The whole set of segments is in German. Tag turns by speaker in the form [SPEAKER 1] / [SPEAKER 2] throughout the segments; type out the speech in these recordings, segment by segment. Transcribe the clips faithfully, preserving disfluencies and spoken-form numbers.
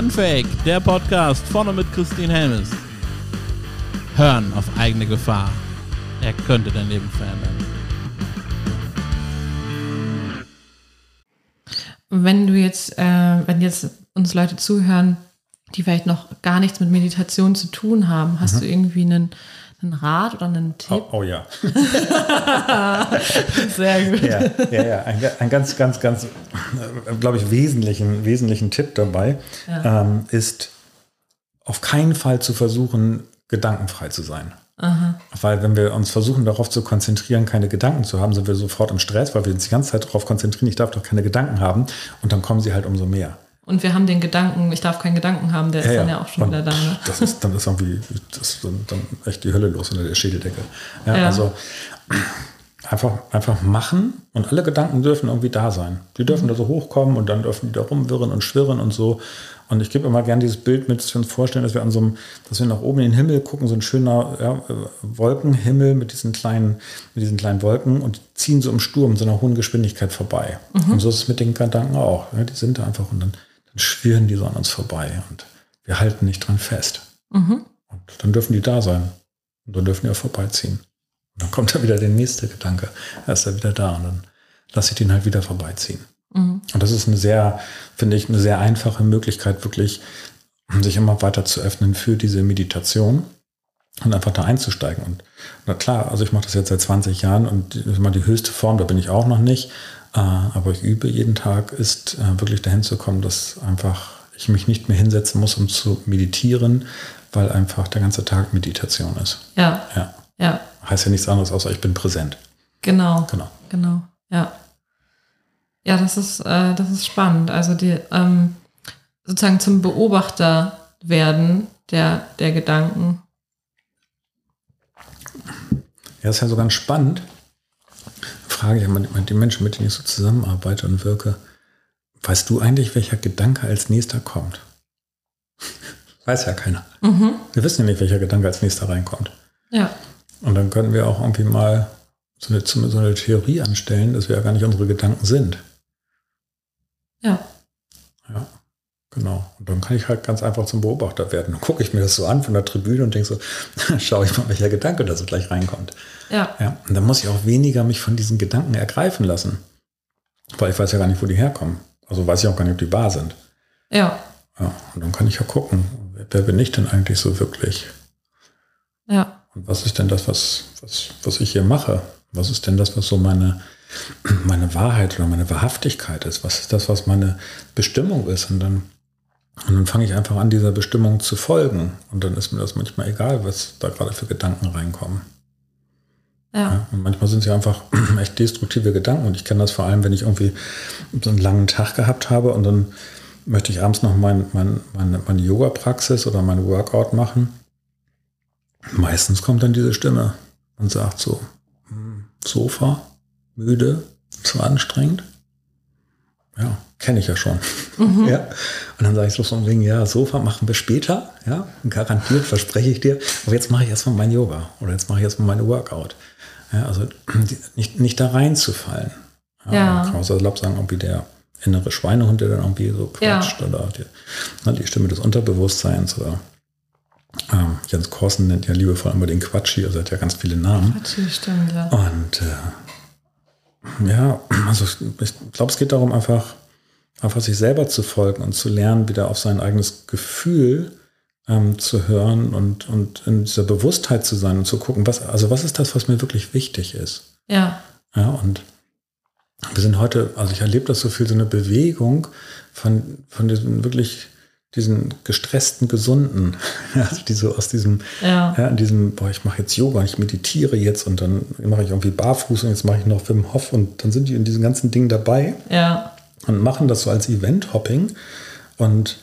[SPEAKER 1] Unfake, der Podcast vorne mit Christine Helmes. Hören auf eigene Gefahr. Er könnte dein Leben verändern.
[SPEAKER 2] Wenn du jetzt, äh, wenn jetzt uns Leute zuhören, die vielleicht noch gar nichts mit Meditation zu tun haben, hast mhm. du irgendwie einen, einen Rat oder einen Tipp?
[SPEAKER 3] Oh, oh ja.
[SPEAKER 2] Sehr gut.
[SPEAKER 3] Ja, ja, ja. Ein, ein ganz, ganz, ganz, glaube ich, wesentlichen, wesentlichen Tipp dabei ja. ähm, ist, auf keinen Fall zu versuchen, gedankenfrei zu sein. Aha. Weil wenn wir uns versuchen, darauf zu konzentrieren, keine Gedanken zu haben, sind wir sofort im Stress, weil wir uns die ganze Zeit darauf konzentrieren, ich darf doch keine Gedanken haben, und dann kommen sie halt umso mehr.
[SPEAKER 2] Und wir haben den Gedanken, ich darf keinen Gedanken haben, der ist ja, dann ja auch schon und wieder da. Ne?
[SPEAKER 3] Das ist, dann ist irgendwie das ist dann, dann echt die Hölle los unter der Schädeldecke. Ja,
[SPEAKER 2] ja.
[SPEAKER 3] Also einfach, einfach machen, und alle Gedanken dürfen irgendwie da sein. Die dürfen mhm. da so hochkommen und dann dürfen die da rumwirren und schwirren und so. Und ich gebe immer gerne dieses Bild mit, dass wir uns vorstellen, dass wir an so einem, dass wir nach oben in den Himmel gucken, so ein schöner ja, Wolkenhimmel mit diesen kleinen, mit diesen kleinen Wolken, und die ziehen so im Sturm, so einer hohen Geschwindigkeit vorbei. Mhm. Und so ist es mit den Gedanken auch. Ja, die sind da einfach, und dann, dann schwirren die so an uns vorbei und wir halten nicht dran fest. Mhm. Und dann dürfen die da sein. Und dann dürfen die auch vorbeiziehen. Und dann kommt da wieder der nächste Gedanke. Er ist da wieder da, und dann lasse ich den halt wieder vorbeiziehen. Mhm. Und das ist eine sehr, finde ich, eine sehr einfache Möglichkeit, wirklich sich immer weiter zu öffnen für diese Meditation und einfach da einzusteigen. Und na klar, also ich mache das jetzt seit zwanzig Jahren, und das ist mal die höchste Form, da bin ich auch noch nicht. Aber ich übe jeden Tag, ist wirklich dahin zu kommen, dass einfach ich mich nicht mehr hinsetzen muss, um zu meditieren, weil einfach der ganze Tag Meditation ist.
[SPEAKER 2] Ja.
[SPEAKER 3] Ja.
[SPEAKER 2] Ja.
[SPEAKER 3] Heißt ja nichts anderes, außer ich bin präsent.
[SPEAKER 2] Genau.
[SPEAKER 3] Genau.
[SPEAKER 2] Genau. Ja. Ja, das ist, äh, das ist spannend. Also die ähm, sozusagen zum Beobachter werden der, der Gedanken.
[SPEAKER 3] Ja, das ist ja so ganz spannend. Frage ich immer die Menschen, mit denen ich so zusammenarbeite und wirke. Weißt du eigentlich, welcher Gedanke als nächster kommt? Weiß ja keiner. Mhm. Wir wissen ja nicht, welcher Gedanke als nächster reinkommt.
[SPEAKER 2] Ja.
[SPEAKER 3] Und dann können wir auch irgendwie mal so eine, so eine Theorie anstellen, dass wir ja gar nicht unsere Gedanken sind.
[SPEAKER 2] Ja.
[SPEAKER 3] Ja, genau. Und dann kann ich halt ganz einfach zum Beobachter werden. Dann gucke ich mir das so an von der Tribüne und denke so, schaue ich mal, welcher Gedanke da so gleich reinkommt.
[SPEAKER 2] Ja.
[SPEAKER 3] Ja. Und dann muss ich auch weniger mich von diesen Gedanken ergreifen lassen. Weil ich weiß ja gar nicht, wo die herkommen. Also weiß ich auch gar nicht, ob die wahr sind.
[SPEAKER 2] Ja.
[SPEAKER 3] Ja. Und dann kann ich ja gucken, wer bin ich denn eigentlich so wirklich?
[SPEAKER 2] Ja.
[SPEAKER 3] Und was ist denn das, was, was, was ich hier mache? Was ist denn das, was so meine, meine Wahrheit oder meine Wahrhaftigkeit ist? Was ist das, was meine Bestimmung ist? Und dann, und dann fange ich einfach an, dieser Bestimmung zu folgen. Und dann ist mir das manchmal egal, was da gerade für Gedanken reinkommen.
[SPEAKER 2] Ja.
[SPEAKER 3] Ja, und manchmal sind es ja einfach echt destruktive Gedanken. Und ich kenne das vor allem, wenn ich irgendwie so einen langen Tag gehabt habe und dann möchte ich abends noch mein, mein, meine, meine Yoga-Praxis oder mein Workout machen. Meistens kommt dann diese Stimme und sagt so, Sofa, müde, zu anstrengend. Ja, kenne ich ja schon. Mhm. Ja. Und dann sage ich so von wegen, ja, Sofa machen wir später, ja, garantiert, verspreche ich dir. Aber jetzt mache ich erstmal mein Yoga oder jetzt mache ich erstmal meine Workout. Ja, also nicht, nicht da reinzufallen. Ja,
[SPEAKER 2] ja.
[SPEAKER 3] Kann man so salopp sagen, irgendwie der innere Schweinehund, der dann irgendwie so quatscht, ja. Oder die, die Stimme des Unterbewusstseins oder Ähm, Jens Korsen nennt ja liebevoll immer den Quatschi, also er hat ja ganz viele Namen.
[SPEAKER 2] Quatschi, stimmt, ja.
[SPEAKER 3] Und äh, ja, also ich glaube, es geht darum, einfach, einfach sich selber zu folgen und zu lernen, wieder auf sein eigenes Gefühl ähm, zu hören und, und in dieser Bewusstheit zu sein und zu gucken, was, also was ist das, was mir wirklich wichtig ist.
[SPEAKER 2] Ja.
[SPEAKER 3] Ja, und wir sind heute, also ich erlebe das so viel, so eine Bewegung von, von diesem wirklich diesen gestressten Gesunden, also die so aus diesem,
[SPEAKER 2] ja.
[SPEAKER 3] ja, in diesem, boah, ich mache jetzt Yoga, ich meditiere jetzt und dann mache ich irgendwie Barfuß und jetzt mache ich noch Wim Hof und dann sind die in diesen ganzen Dingen dabei
[SPEAKER 2] ja.
[SPEAKER 3] und machen das so als Event-Hopping und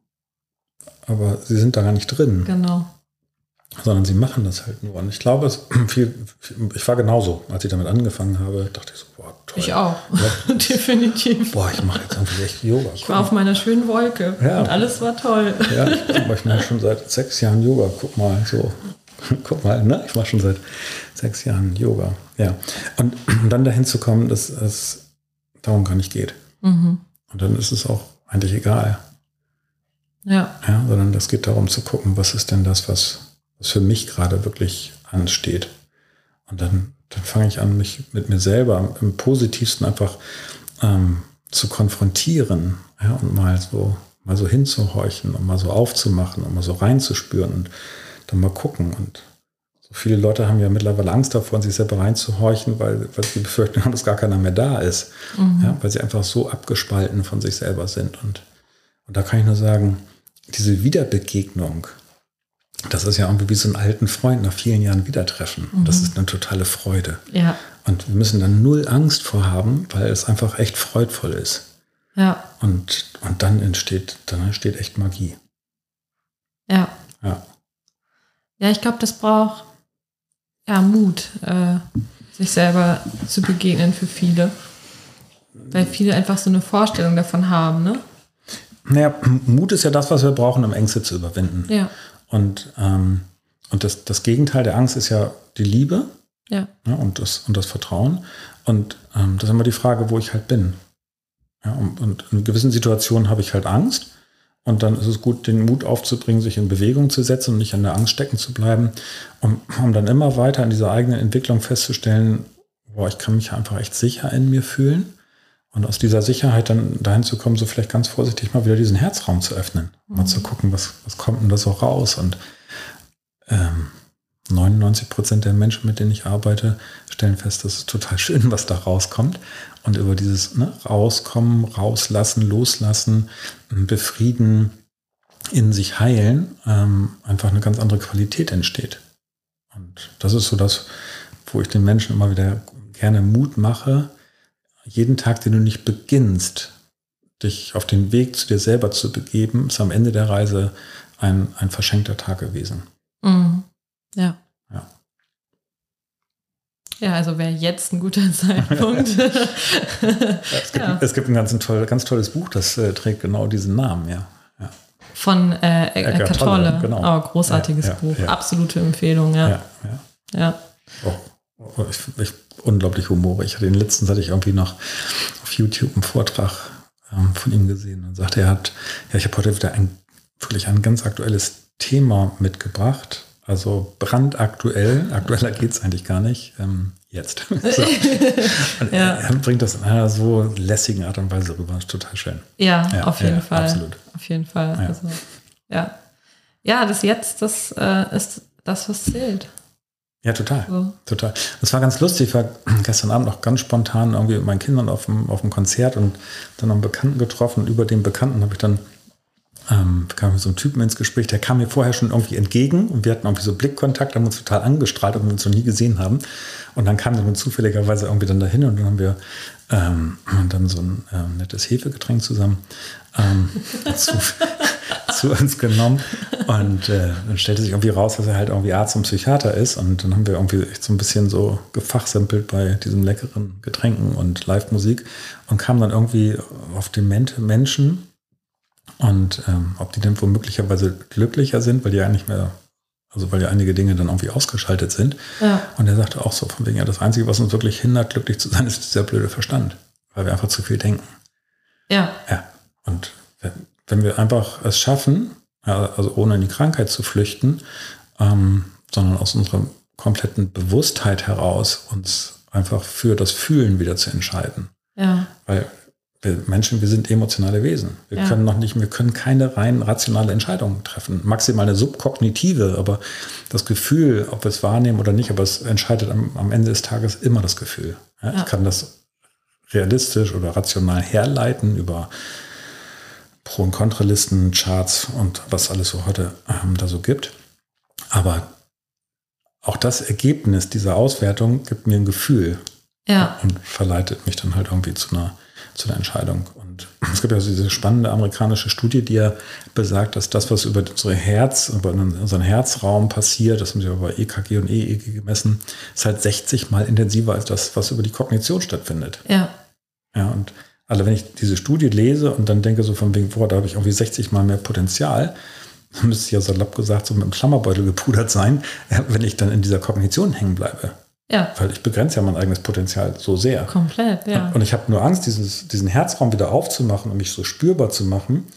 [SPEAKER 3] aber sie sind da gar nicht drin.
[SPEAKER 2] Genau.
[SPEAKER 3] Sondern sie machen das halt nur. Und ich glaube, es viel, viel, ich war genauso, als ich damit angefangen habe, dachte ich so, boah, toll.
[SPEAKER 2] Ich auch,
[SPEAKER 3] ja.
[SPEAKER 2] Definitiv.
[SPEAKER 3] Boah, ich mache jetzt irgendwie echt Yoga.
[SPEAKER 2] Ich war auf meiner schönen Wolke
[SPEAKER 3] ja.
[SPEAKER 2] und alles war toll.
[SPEAKER 3] Ja, ich, ich mache schon seit sechs Jahren Yoga, guck mal, so, guck mal, ne? Ich mache schon seit sechs Jahren Yoga, ja. Und, und dann dahin zu kommen, dass es darum gar nicht geht. Mhm. Und dann ist es auch eigentlich egal.
[SPEAKER 2] Ja.
[SPEAKER 3] Ja, sondern es geht darum zu gucken, was ist denn das, was, was für mich gerade wirklich ansteht. Und dann, dann fange ich an, mich mit mir selber im Positivsten einfach ähm, zu konfrontieren, ja, und mal so, mal so hinzuhorchen und mal so aufzumachen und mal so reinzuspüren und dann mal gucken. Und so viele Leute haben ja mittlerweile Angst davor, in sich selber reinzuhorchen, weil, weil sie befürchten haben, dass gar keiner mehr da ist. Mhm. Ja, weil sie einfach so abgespalten von sich selber sind. Und, und da kann ich nur sagen, diese Wiederbegegnung, das ist ja irgendwie wie so einen alten Freund nach vielen Jahren wieder treffen. Mhm. Das ist eine totale Freude.
[SPEAKER 2] Ja.
[SPEAKER 3] Und wir müssen dann null Angst vor haben, weil es einfach echt freudvoll ist.
[SPEAKER 2] Ja.
[SPEAKER 3] Und, und dann entsteht, dann entsteht echt Magie.
[SPEAKER 2] Ja.
[SPEAKER 3] Ja.
[SPEAKER 2] Ja, ich glaube, das braucht ja Mut, äh, sich selber zu begegnen für viele. Weil viele einfach so eine Vorstellung davon haben, ne?
[SPEAKER 3] Naja, Mut ist ja das, was wir brauchen, um Ängste zu überwinden.
[SPEAKER 2] Ja.
[SPEAKER 3] Und, ähm, und das, das Gegenteil der Angst ist ja die Liebe,
[SPEAKER 2] ja.
[SPEAKER 3] Ja, und, das, und das Vertrauen. Und ähm, das ist immer die Frage, wo ich halt bin. Ja, und, und in gewissen Situationen habe ich halt Angst. Und dann ist es gut, den Mut aufzubringen, sich in Bewegung zu setzen und nicht an der Angst stecken zu bleiben, um, um dann immer weiter in dieser eigenen Entwicklung festzustellen, boah, ich kann mich einfach echt sicher in mir fühlen. Und aus dieser Sicherheit dann dahin zu kommen, so vielleicht ganz vorsichtig mal wieder diesen Herzraum zu öffnen. Mhm. Mal zu gucken, was, was kommt denn da so raus. Und ähm, neunundneunzig Prozent der Menschen, mit denen ich arbeite, stellen fest, das ist total schön, was da rauskommt. Und über dieses ne, Rauskommen, rauslassen, loslassen, befrieden, in sich heilen, ähm, einfach eine ganz andere Qualität entsteht. Und das ist so das, wo ich den Menschen immer wieder gerne Mut mache, jeden Tag, den du nicht beginnst, dich auf den Weg zu dir selber zu begeben, ist am Ende der Reise ein, ein verschenkter Tag gewesen.
[SPEAKER 2] Mhm. Ja.
[SPEAKER 3] Ja.
[SPEAKER 2] Ja, also wäre jetzt ein guter Zeitpunkt.
[SPEAKER 3] Ja, es, gibt, ja. es gibt ein ganz, ein toll, ganz tolles Buch, das äh, trägt genau diesen Namen, ja. ja.
[SPEAKER 2] Von äh, Eckhart Tolle. Genau. Oh, großartiges
[SPEAKER 3] ja, ja,
[SPEAKER 2] Buch.
[SPEAKER 3] Ja.
[SPEAKER 2] Absolute Empfehlung, ja.
[SPEAKER 3] Ja, ja.
[SPEAKER 2] ja.
[SPEAKER 3] Oh, ich, ich, unglaublich Humor. Ich hatte den letzten, hatte ich irgendwie noch auf YouTube einen Vortrag ähm, von ihm gesehen und sagte, er hat, ja, ich habe heute wieder ein wirklich ein ganz aktuelles Thema mitgebracht. Also brandaktuell, aktueller geht es eigentlich gar nicht, ähm, jetzt. So. Und ja. Er bringt das in einer so lässigen Art und Weise rüber, das ist total schön.
[SPEAKER 2] Ja, ja auf jeden ja, Fall.
[SPEAKER 3] Absolut.
[SPEAKER 2] Auf jeden Fall.
[SPEAKER 3] Ja,
[SPEAKER 2] also, ja. ja, das Jetzt, das äh, ist das, was zählt.
[SPEAKER 3] Ja, total.
[SPEAKER 2] So.
[SPEAKER 3] Total. Das war ganz lustig. Ich war gestern Abend noch ganz spontan irgendwie mit meinen Kindern auf dem, auf dem Konzert und dann noch einen Bekannten getroffen. Und über den Bekannten habe ich dann ähm, kam so ein Typen ins Gespräch, der kam mir vorher schon irgendwie entgegen und wir hatten irgendwie so Blickkontakt, haben uns total angestrahlt, obwohl wir uns noch nie gesehen haben. Und dann kam dann zufälligerweise irgendwie dann dahin und dann haben wir ähm, dann so ein ähm, nettes Hefegetränk zusammen ähm, zu, zu uns genommen. Und äh, dann stellte sich irgendwie raus, dass er halt irgendwie Arzt und Psychiater ist. Und dann haben wir irgendwie echt so ein bisschen so gefachsimpelt bei diesen leckeren Getränken und Live-Musik und kamen dann irgendwie auf demente Menschen und ähm, ob die dann wohl möglicherweise glücklicher sind, weil die ja nicht mehr, also weil ja einige Dinge dann irgendwie ausgeschaltet sind.
[SPEAKER 2] Ja.
[SPEAKER 3] Und er sagte auch so von wegen, ja, das Einzige, was uns wirklich hindert, glücklich zu sein, ist dieser blöde Verstand, weil wir einfach zu viel denken.
[SPEAKER 2] Ja.
[SPEAKER 3] Ja. Und wenn, wenn wir einfach es schaffen, ja, also ohne in die Krankheit zu flüchten, ähm, sondern aus unserer kompletten Bewusstheit heraus uns einfach für das Fühlen wieder zu entscheiden.
[SPEAKER 2] Ja.
[SPEAKER 3] Weil wir Menschen, wir sind emotionale Wesen. Wir
[SPEAKER 2] ja.
[SPEAKER 3] können noch nicht, wir können keine rein rationale Entscheidung treffen. Maximal eine subkognitive, aber das Gefühl, ob wir es wahrnehmen oder nicht, aber es entscheidet am, am Ende des Tages immer das Gefühl. Ja, ja. Ich kann das realistisch oder rational herleiten über Pro- und Kontralisten, Charts und was alles so heute ähm, da so gibt. Aber auch das Ergebnis dieser Auswertung gibt mir ein Gefühl
[SPEAKER 2] ja.
[SPEAKER 3] und verleitet mich dann halt irgendwie zu einer zu der Entscheidung. Und es gibt ja diese spannende amerikanische Studie, die ja besagt, dass das, was über unsere Herz, über unseren Herzraum passiert, das haben sie ja bei E K G und E E G gemessen, ist halt sechzig Mal intensiver als das, was über die Kognition stattfindet.
[SPEAKER 2] Ja.
[SPEAKER 3] Ja, und also wenn ich diese Studie lese und dann denke so von wegen, boah, da habe ich irgendwie sechzig Mal mehr Potenzial, dann müsste es ja salopp gesagt so mit dem Klammerbeutel gepudert sein, wenn ich dann in dieser Kognition hängen bleibe.
[SPEAKER 2] Ja.
[SPEAKER 3] Weil ich begrenze ja mein eigenes Potenzial so sehr.
[SPEAKER 2] Komplett, ja.
[SPEAKER 3] Und ich habe nur Angst, dieses, diesen Herzraum wieder aufzumachen und mich so spürbar zu machen,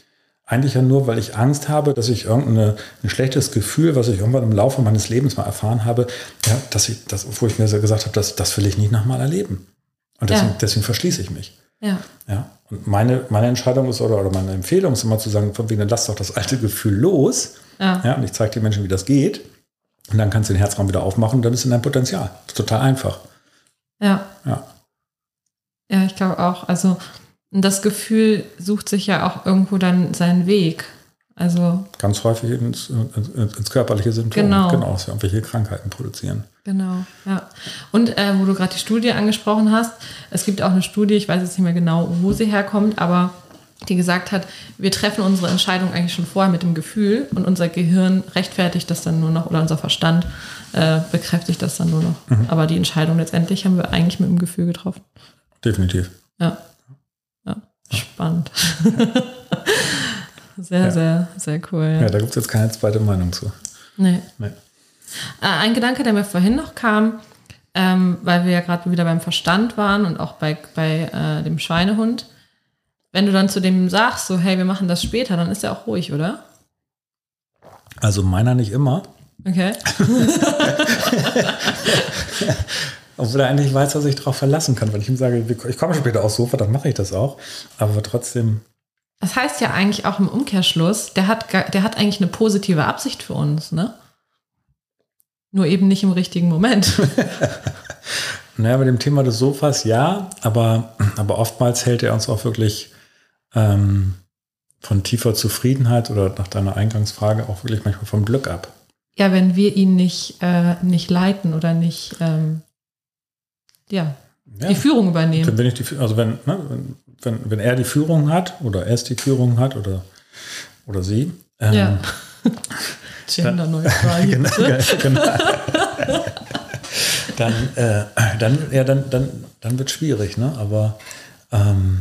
[SPEAKER 3] Eigentlich ja nur, weil ich Angst habe, dass ich irgendein ein schlechtes Gefühl, was ich irgendwann im Laufe meines Lebens mal erfahren habe, ja, dass ich, das, wo ich mir so gesagt habe, das, das will ich nicht nochmal erleben. Und deswegen, ja. deswegen verschließe ich mich.
[SPEAKER 2] Ja.
[SPEAKER 3] Ja. Und meine, meine Entscheidung ist oder, oder meine Empfehlung ist immer zu sagen, von wegen, dann lass doch das alte Gefühl los.
[SPEAKER 2] Ja.
[SPEAKER 3] Ja, und ich zeige den Menschen, wie das geht. Und dann kannst du den Herzraum wieder aufmachen und dann bist du in deinem Potenzial. Das ist total einfach.
[SPEAKER 2] Ja.
[SPEAKER 3] Ja.
[SPEAKER 2] Ja, ich glaube auch. Also das Gefühl sucht sich ja auch irgendwo dann seinen Weg. Also
[SPEAKER 3] ganz häufig ins, ins, ins körperliche Symptom.
[SPEAKER 2] Genau.
[SPEAKER 3] Genau, dass wir irgendwelche Krankheiten produzieren.
[SPEAKER 2] Genau, ja. Und äh, wo du gerade die Studie angesprochen hast, es gibt auch eine Studie, ich weiß jetzt nicht mehr genau, wo sie herkommt, aber die gesagt hat, wir treffen unsere Entscheidung eigentlich schon vorher mit dem Gefühl und unser Gehirn rechtfertigt das dann nur noch oder unser Verstand äh, bekräftigt das dann nur noch. Mhm. Aber die Entscheidung letztendlich haben wir eigentlich mit dem Gefühl getroffen.
[SPEAKER 3] Definitiv.
[SPEAKER 2] Ja. Ja. Spannend. Sehr, ja. sehr, sehr cool. Ja,
[SPEAKER 3] ja da gibt es jetzt keine zweite Meinung zu.
[SPEAKER 2] Nee.
[SPEAKER 3] nee.
[SPEAKER 2] Äh, ein Gedanke, der mir vorhin noch kam, ähm, weil wir ja gerade wieder beim Verstand waren und auch bei, bei äh, dem Schweinehund. Wenn du dann zu dem sagst, so, hey, wir machen das später, dann ist er auch ruhig, oder?
[SPEAKER 3] Also meiner nicht immer.
[SPEAKER 2] Okay.
[SPEAKER 3] Obwohl er eigentlich weiß, dass ich darauf verlassen kann. Wenn ich ihm sage, ich komme später aufs Sofa, dann mache ich das auch. Aber trotzdem...
[SPEAKER 2] Das heißt ja eigentlich auch im Umkehrschluss, der hat, der hat eigentlich eine positive Absicht für uns, ne? Nur eben nicht im richtigen Moment.
[SPEAKER 3] Naja, bei dem Thema des Sofas ja, aber, aber oftmals hält er uns auch wirklich ähm, von tiefer Zufriedenheit oder nach deiner Eingangsfrage auch wirklich manchmal vom Glück ab.
[SPEAKER 2] Ja, wenn wir ihn nicht, äh, nicht leiten oder nicht ähm, ja, ja, die Führung übernehmen.
[SPEAKER 3] Wenn ich die, also wenn, ne, wenn, wenn, wenn er die Führung hat oder er die Führung hat oder, oder sie. Ähm,
[SPEAKER 2] ja. Genderneutral.
[SPEAKER 3] Genau. genau. dann, äh, dann, ja, dann, dann, dann wird es schwierig, ne? Aber ähm,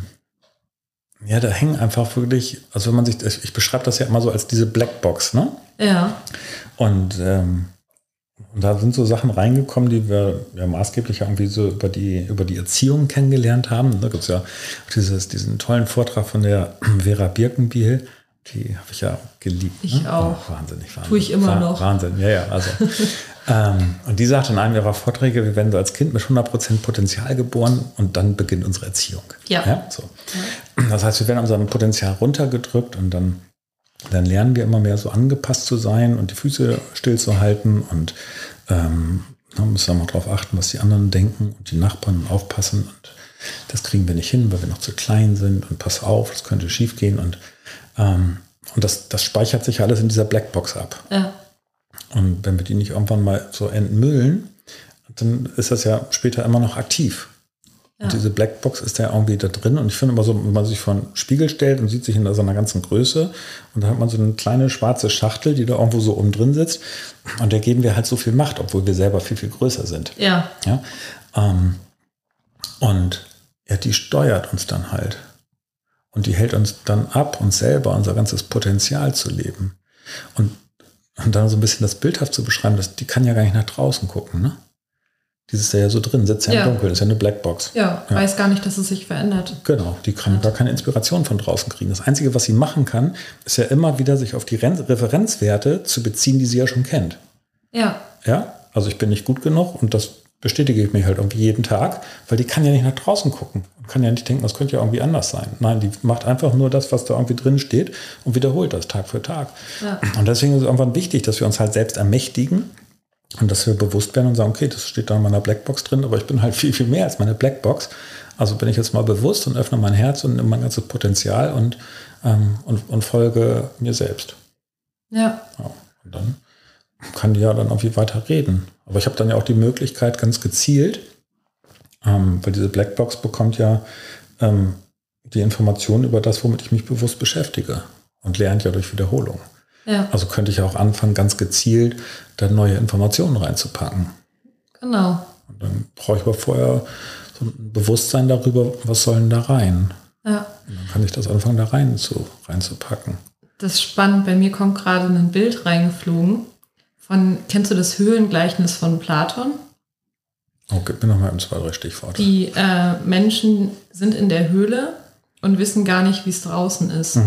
[SPEAKER 3] ja, da hängen einfach wirklich, also wenn man sich, ich beschreibe das ja immer so als diese Blackbox, ne?
[SPEAKER 2] Ja.
[SPEAKER 3] Und, ähm, und da sind so Sachen reingekommen, die wir ja maßgeblich irgendwie so über die, über die Erziehung kennengelernt haben. Da gibt es ja dieses, diesen tollen Vortrag von der Vera Birkenbiel. Die habe ich ja geliebt.
[SPEAKER 2] Ich
[SPEAKER 3] ne?
[SPEAKER 2] auch.
[SPEAKER 3] Oh, wahnsinnig, wahnsinnig.
[SPEAKER 2] Tue ich immer
[SPEAKER 3] Wah-
[SPEAKER 2] noch.
[SPEAKER 3] Wahnsinn, ja, ja. Also, ähm, und die sagt in einem ihrer Vorträge, wir werden so als Kind mit hundert Prozent Potenzial geboren und dann beginnt unsere Erziehung.
[SPEAKER 2] Ja.
[SPEAKER 3] ja, so. ja. Das heißt, wir werden unser Potenzial runtergedrückt und dann, dann lernen wir immer mehr so angepasst zu sein und die Füße stillzuhalten und ähm, da müssen wir mal drauf achten, was die anderen denken und die Nachbarn aufpassen. Und das kriegen wir nicht hin, weil wir noch zu klein sind und pass auf, das könnte schief gehen und Ähm, und das, das speichert sich alles in dieser Blackbox ab.
[SPEAKER 2] Ja.
[SPEAKER 3] Und wenn wir die nicht irgendwann mal so entmüllen, dann ist das ja später immer noch aktiv. Ja. Und diese Blackbox ist ja irgendwie da drin. Und ich finde immer so, wenn man sich vor einen Spiegel stellt und sieht sich in seiner ganzen Größe und da hat man so eine kleine schwarze Schachtel, die da irgendwo so oben drin sitzt. Und der geben wir halt so viel Macht, obwohl wir selber viel, viel größer sind.
[SPEAKER 2] Ja.
[SPEAKER 3] ja? Ähm, und ja, die steuert uns dann halt. Und die hält uns dann ab, uns selber, unser ganzes Potenzial zu leben. Und, und dann so ein bisschen das bildhaft zu beschreiben, dass die kann ja gar nicht nach draußen gucken, ne? Die ist da ja so drin, sitzt ja, ja. im Dunkeln, ist ja eine Blackbox.
[SPEAKER 2] Ja, ja, weiß gar nicht, dass es sich verändert.
[SPEAKER 3] Genau, die kann gar keine Inspiration von draußen kriegen. Das Einzige, was sie machen kann, ist ja immer wieder sich auf die Ren- Referenzwerte zu beziehen, die sie ja schon kennt.
[SPEAKER 2] Ja.
[SPEAKER 3] Ja, also ich bin nicht gut genug und das bestätige ich mich halt irgendwie jeden Tag, weil die kann ja nicht nach draußen gucken. Kann ja nicht denken, das könnte ja irgendwie anders sein. Nein, die macht einfach nur das, was da irgendwie drin steht und wiederholt das Tag für Tag.
[SPEAKER 2] Ja.
[SPEAKER 3] Und deswegen ist es irgendwann wichtig, dass wir uns halt selbst ermächtigen und dass wir bewusst werden und sagen, okay, das steht da in meiner Blackbox drin, aber ich bin halt viel, viel mehr als meine Blackbox. Also bin ich jetzt mal bewusst und öffne mein Herz und nehme mein ganzes Potenzial und, ähm, und, und folge mir selbst.
[SPEAKER 2] Ja.
[SPEAKER 3] ja. Und dann kann die ja dann irgendwie weiter reden. Aber ich habe dann ja auch die Möglichkeit, ganz gezielt, ähm, weil diese Blackbox bekommt ja ähm, die Informationen über das, womit ich mich bewusst beschäftige und lernt ja durch Wiederholung.
[SPEAKER 2] Ja.
[SPEAKER 3] Also könnte ich auch anfangen, ganz gezielt dann neue Informationen reinzupacken.
[SPEAKER 2] Genau.
[SPEAKER 3] Und dann brauche ich aber vorher so ein Bewusstsein darüber, was soll denn da rein?
[SPEAKER 2] Ja.
[SPEAKER 3] Und dann kann ich das anfangen, da rein zu, reinzupacken.
[SPEAKER 2] Das ist spannend. Bei mir kommt gerade ein Bild reingeflogen. Von, kennst du das Höhlengleichnis von Platon?
[SPEAKER 3] Oh, gib mir nochmal ein, zwei, drei Stichworte.
[SPEAKER 2] Die äh, Menschen sind in der Höhle und wissen gar nicht, wie es draußen ist.
[SPEAKER 3] Mhm.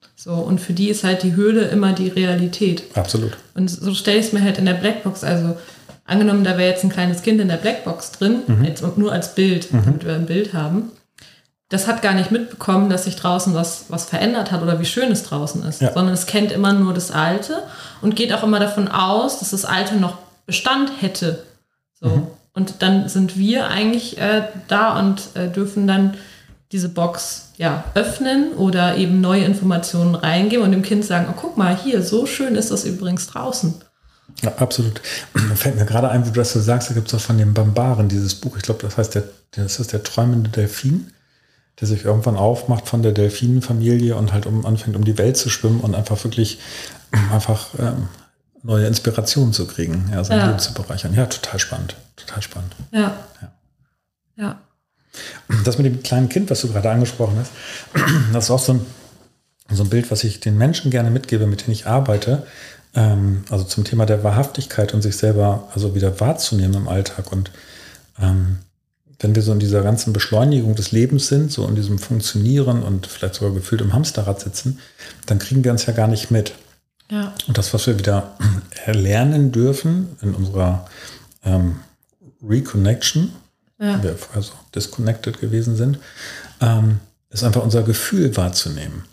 [SPEAKER 2] So, und für die ist halt die Höhle immer die Realität.
[SPEAKER 3] Absolut.
[SPEAKER 2] Und so stelle ich es mir halt in der Blackbox, also angenommen, da wäre jetzt ein kleines Kind in der Blackbox drin, mhm. jetzt nur als Bild, mhm. damit wir ein Bild haben. Das hat gar nicht mitbekommen, dass sich draußen was, was verändert hat oder wie schön es draußen ist, ja. sondern es kennt immer nur das Alte und geht auch immer davon aus, dass das Alte noch Bestand hätte. So. Mhm. Und dann sind wir eigentlich äh, da und äh, dürfen dann diese Box ja, öffnen oder eben neue Informationen reingeben und dem Kind sagen, oh, guck mal, hier, so schön ist das übrigens draußen.
[SPEAKER 3] Ja, absolut. Da fällt mir gerade ein, wo du das so sagst, da gibt es auch von dem Bambaren dieses Buch, ich glaube, das heißt, der, das ist der träumende Delfin, der sich irgendwann aufmacht von der Delfinenfamilie und halt um, anfängt, um die Welt zu schwimmen und einfach wirklich einfach ähm, neue Inspirationen zu kriegen, ja, sein ja. Leben zu bereichern. Ja, total spannend. Total spannend.
[SPEAKER 2] Ja.
[SPEAKER 3] Ja.
[SPEAKER 2] ja.
[SPEAKER 3] Das mit dem kleinen Kind, was du gerade angesprochen hast, das ist auch so ein, so ein Bild, was ich den Menschen gerne mitgebe, mit denen ich arbeite. Ähm, also zum Thema der Wahrhaftigkeit und sich selber also wieder wahrzunehmen im Alltag. Und ähm, wenn wir so in dieser ganzen Beschleunigung des Lebens sind, so in diesem Funktionieren und vielleicht sogar gefühlt im Hamsterrad sitzen, dann kriegen wir uns ja gar nicht mit.
[SPEAKER 2] Ja.
[SPEAKER 3] Und das, was wir wieder erlernen dürfen in unserer ähm, Reconnection, ja. wir vorher so disconnected gewesen sind, ähm, ist einfach unser Gefühl wahrzunehmen.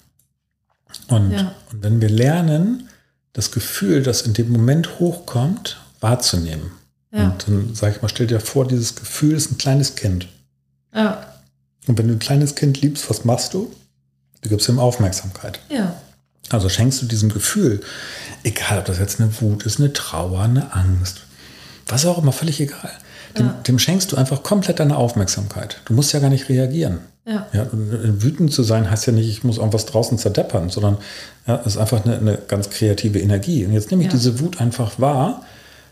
[SPEAKER 3] Und,
[SPEAKER 2] ja.
[SPEAKER 3] und wenn wir lernen, das Gefühl, das in dem Moment hochkommt, wahrzunehmen.
[SPEAKER 2] Ja.
[SPEAKER 3] Und dann sage ich mal, stell dir vor, dieses Gefühl ist ein kleines Kind.
[SPEAKER 2] Ja.
[SPEAKER 3] Und wenn du ein kleines Kind liebst, was machst du? Du gibst ihm Aufmerksamkeit.
[SPEAKER 2] Ja.
[SPEAKER 3] Also schenkst du diesem Gefühl, egal ob das jetzt eine Wut ist, eine Trauer, eine Angst, was auch immer, völlig egal. Dem, ja. dem schenkst du einfach komplett deine Aufmerksamkeit. Du musst ja gar nicht reagieren.
[SPEAKER 2] Ja.
[SPEAKER 3] Ja, wütend zu sein heißt ja nicht, ich muss irgendwas draußen zerdeppern, sondern ja, es ist einfach eine, eine ganz kreative Energie. Und jetzt nehme ich ja. diese Wut einfach wahr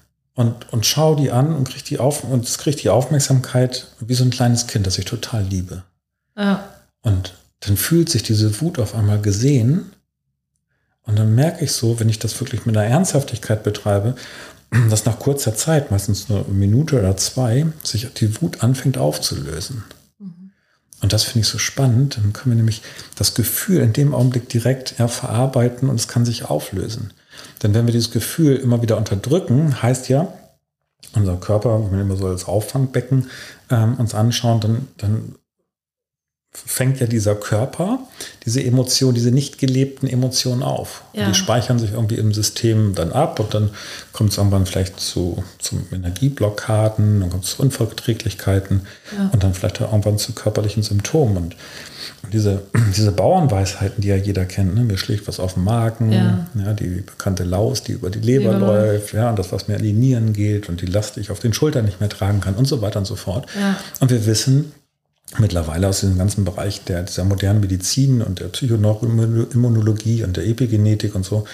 [SPEAKER 3] und, und schaue die an und kriege die, auf, und krieg die Aufmerksamkeit wie so ein kleines Kind, das ich total liebe.
[SPEAKER 2] Ja.
[SPEAKER 3] Und dann fühlt sich diese Wut auf einmal gesehen. Und dann merke ich so, wenn ich das wirklich mit einer Ernsthaftigkeit betreibe, dass nach kurzer Zeit, meistens nur eine Minute oder zwei, sich die Wut anfängt aufzulösen. Mhm. Und das finde ich so spannend. Dann können wir nämlich das Gefühl in dem Augenblick direkt ja, verarbeiten und es kann sich auflösen. Denn wenn wir dieses Gefühl immer wieder unterdrücken, heißt ja, unser Körper, wenn wir immer so als Auffangbecken ähm, uns anschauen, dann, dann fängt ja dieser Körper diese Emotionen, diese nicht gelebten Emotionen auf.
[SPEAKER 2] Ja.
[SPEAKER 3] Die speichern sich irgendwie im System dann ab und dann kommt es irgendwann vielleicht zu, zu Energieblockaden, dann kommt es zu Unverträglichkeiten ja. und dann vielleicht auch irgendwann zu körperlichen Symptomen. Und, und diese, diese Bauernweisheiten, die ja jeder kennt, ne? Mir schlägt was auf den Magen,
[SPEAKER 2] ja.
[SPEAKER 3] Ja, die bekannte Laus, die über die Leber, Leber läuft, ja, und das, was mir an die Nieren geht und die Last, die ich auf den Schultern nicht mehr tragen kann und so weiter und so fort.
[SPEAKER 2] Ja.
[SPEAKER 3] Und wir wissen, mittlerweile aus diesem ganzen Bereich der, dieser modernen Medizin und der Psychoneuroimmunologie und der Epigenetik und so,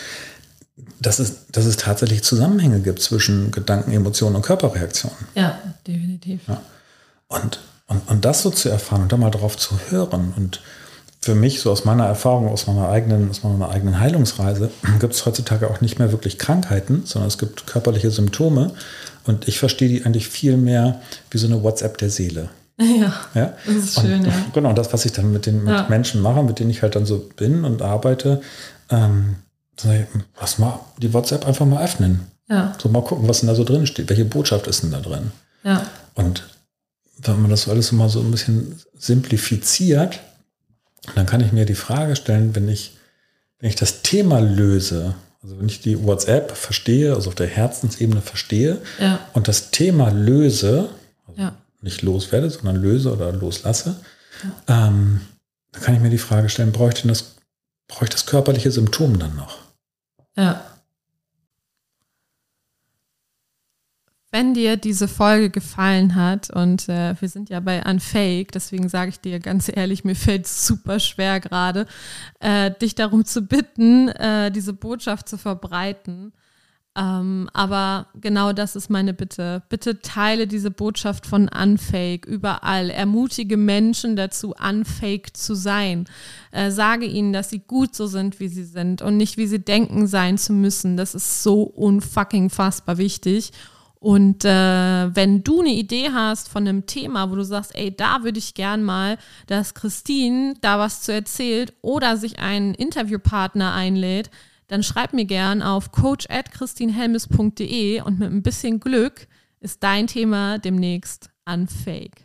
[SPEAKER 3] dass es, dass es tatsächlich Zusammenhänge gibt zwischen Gedanken, Emotionen und Körperreaktionen.
[SPEAKER 2] Ja, definitiv.
[SPEAKER 3] Ja. Und, und, und das so zu erfahren und da mal drauf zu hören. Und für mich, so aus meiner Erfahrung, aus meiner eigenen, aus meiner eigenen Heilungsreise, gibt es heutzutage auch nicht mehr wirklich Krankheiten, sondern es gibt körperliche Symptome. Und ich verstehe die eigentlich viel mehr wie so eine WhatsApp der Seele.
[SPEAKER 2] Ja,
[SPEAKER 3] ja,
[SPEAKER 2] das ist schön,
[SPEAKER 3] und,
[SPEAKER 2] ja.
[SPEAKER 3] Genau, das, was ich dann mit den mit ja. Menschen mache, mit denen ich halt dann so bin und arbeite, ähm, lass mal die WhatsApp einfach mal öffnen.
[SPEAKER 2] Ja.
[SPEAKER 3] So mal gucken, was denn da so drin steht. Welche Botschaft ist denn da drin?
[SPEAKER 2] Ja.
[SPEAKER 3] Und wenn man das so alles so mal so ein bisschen simplifiziert, dann kann ich mir die Frage stellen, wenn ich, wenn ich das Thema löse, also wenn ich die WhatsApp verstehe, also auf der Herzensebene verstehe
[SPEAKER 2] ja.
[SPEAKER 3] und das Thema löse, also
[SPEAKER 2] ja.
[SPEAKER 3] nicht loswerde, sondern löse oder loslasse, ja. ähm, dann kann ich mir die Frage stellen, brauche ich denn das, brauche ich das körperliche Symptom dann noch?
[SPEAKER 2] Ja. Wenn dir diese Folge gefallen hat, und äh, wir sind ja bei Unfake, deswegen sage ich dir ganz ehrlich, mir fällt es super schwer gerade, äh, dich darum zu bitten, äh, diese Botschaft zu verbreiten. Ähm, aber genau das ist meine Bitte. Bitte teile diese Botschaft von Unfake überall. Ermutige Menschen dazu, Unfake zu sein. Äh, sage ihnen, dass sie gut so sind, wie sie sind und nicht, wie sie denken, sein zu müssen. Das ist so unfucking fassbar wichtig. Und äh, wenn du eine Idee hast von einem Thema, wo du sagst, ey, da würde ich gern mal, dass Christine da was zu erzählt oder sich einen Interviewpartner einlädt, dann schreib mir gern auf coach at christinhelmes punkt de und mit ein bisschen Glück ist dein Thema demnächst unfake.